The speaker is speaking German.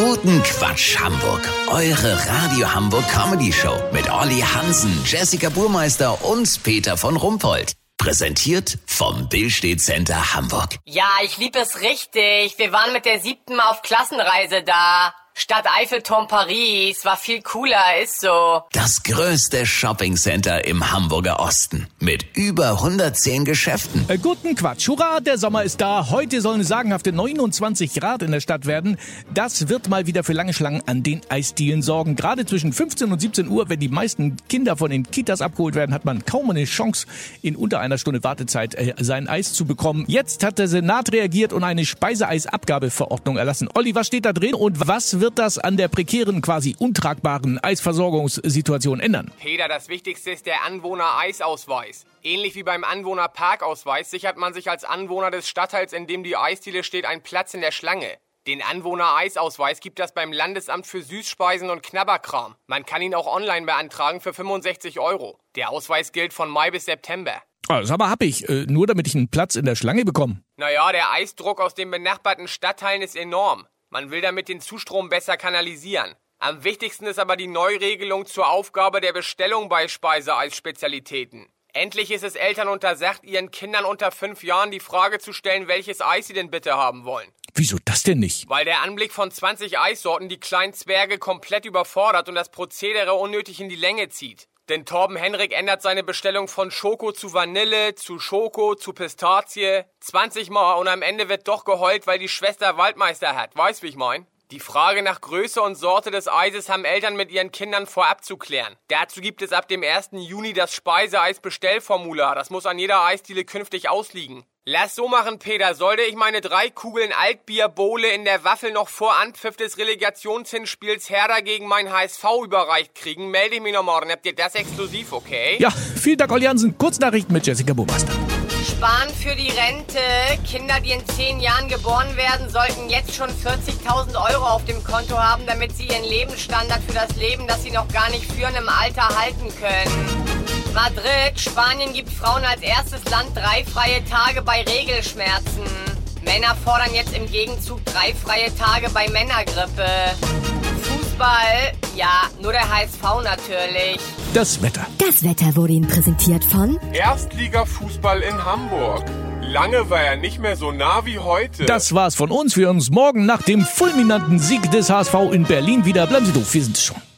Guten Quatsch Hamburg, eure Radio Hamburg Comedy Show mit Olli Hansen, Jessica Burmeister und Peter von Rumpold. Präsentiert vom Billstedt Center Hamburg. Ja, ich lieb es richtig. Wir waren mit der 7. auf Klassenreise da. Stadt Eiffelturm Paris, war viel cooler, ist so. Das größte Shoppingcenter im Hamburger Osten mit über 110 Geschäften. Guten Quatsch, hurra, der Sommer ist da. Heute sollen es sagenhafte 29 Grad in der Stadt werden. Das wird mal wieder für lange Schlangen an den Eisdielen sorgen. Gerade zwischen 15 und 17 Uhr, wenn die meisten Kinder von den Kitas abgeholt werden, hat man kaum eine Chance, in unter einer Stunde Wartezeit sein Eis zu bekommen. Jetzt hat der Senat reagiert und eine Speiseeisabgabeverordnung erlassen. Olli, was steht da drin und was wird das an der prekären, quasi untragbaren Eisversorgungssituation ändern? Peter, das Wichtigste ist der Anwohner-Eisausweis. Ähnlich wie beim Anwohner-Parkausweis sichert man sich als Anwohner des Stadtteils, in dem die Eisdiele steht, einen Platz in der Schlange. Den Anwohner-Eisausweis gibt es beim Landesamt für Süßspeisen und Knabberkram. Man kann ihn auch online beantragen für 65 €. Der Ausweis gilt von Mai bis September. Das aber hab ich, nur damit ich einen Platz in der Schlange bekomme. Naja, der Eisdruck aus den benachbarten Stadtteilen ist enorm. Man will damit den Zustrom besser kanalisieren. Am wichtigsten ist aber die Neuregelung zur Aufgabe der Bestellung bei Speiseeisspezialitäten. Endlich ist es Eltern untersagt, ihren Kindern unter 5 Jahren die Frage zu stellen, welches Eis sie denn bitte haben wollen. Wieso das denn nicht? Weil der Anblick von 20 Eissorten die kleinen Zwerge komplett überfordert und das Prozedere unnötig in die Länge zieht. Denn Torben Henrik ändert seine Bestellung von Schoko zu Vanille, zu Schoko, zu Pistazie 20 Mal und am Ende wird doch geheult, weil die Schwester Waldmeister hat. Weißt, wie ich mein? Die Frage nach Größe und Sorte des Eises haben Eltern mit ihren Kindern vorab zu klären. Dazu gibt es ab dem 1. Juni das Speiseeis-Bestellformular. Das muss an jeder Eisdiele künftig ausliegen. Lass so machen, Peter. Sollte ich meine 3 Kugeln Altbierbowle in der Waffel noch vor Anpfiff des Relegationshinspiels Hertha gegen mein HSV überreicht kriegen, melde ich mich noch morgen. Habt ihr das exklusiv, okay? Ja, vielen Dank, Olli Hansen. Kurznachrichten mit Jessica Burmeister. Sparen für die Rente. Kinder, die in 10 Jahren geboren werden, sollten jetzt schon 40.000 € auf dem Konto haben, damit sie ihren Lebensstandard für das Leben, das sie noch gar nicht führen, im Alter halten können. Madrid, Spanien gibt Frauen als erstes Land 3 freie Tage bei Regelschmerzen. Männer fordern jetzt im Gegenzug 3 freie Tage bei Männergrippe. Fußball, ja, nur der HSV natürlich. Das Wetter. Das Wetter wurde Ihnen präsentiert von Erstligafußball in Hamburg. Lange war er nicht mehr so nah wie heute. Das war's von uns. Wir hören uns morgen nach dem fulminanten Sieg des HSV in Berlin wieder. Bleiben Sie doof, wir sind's schon.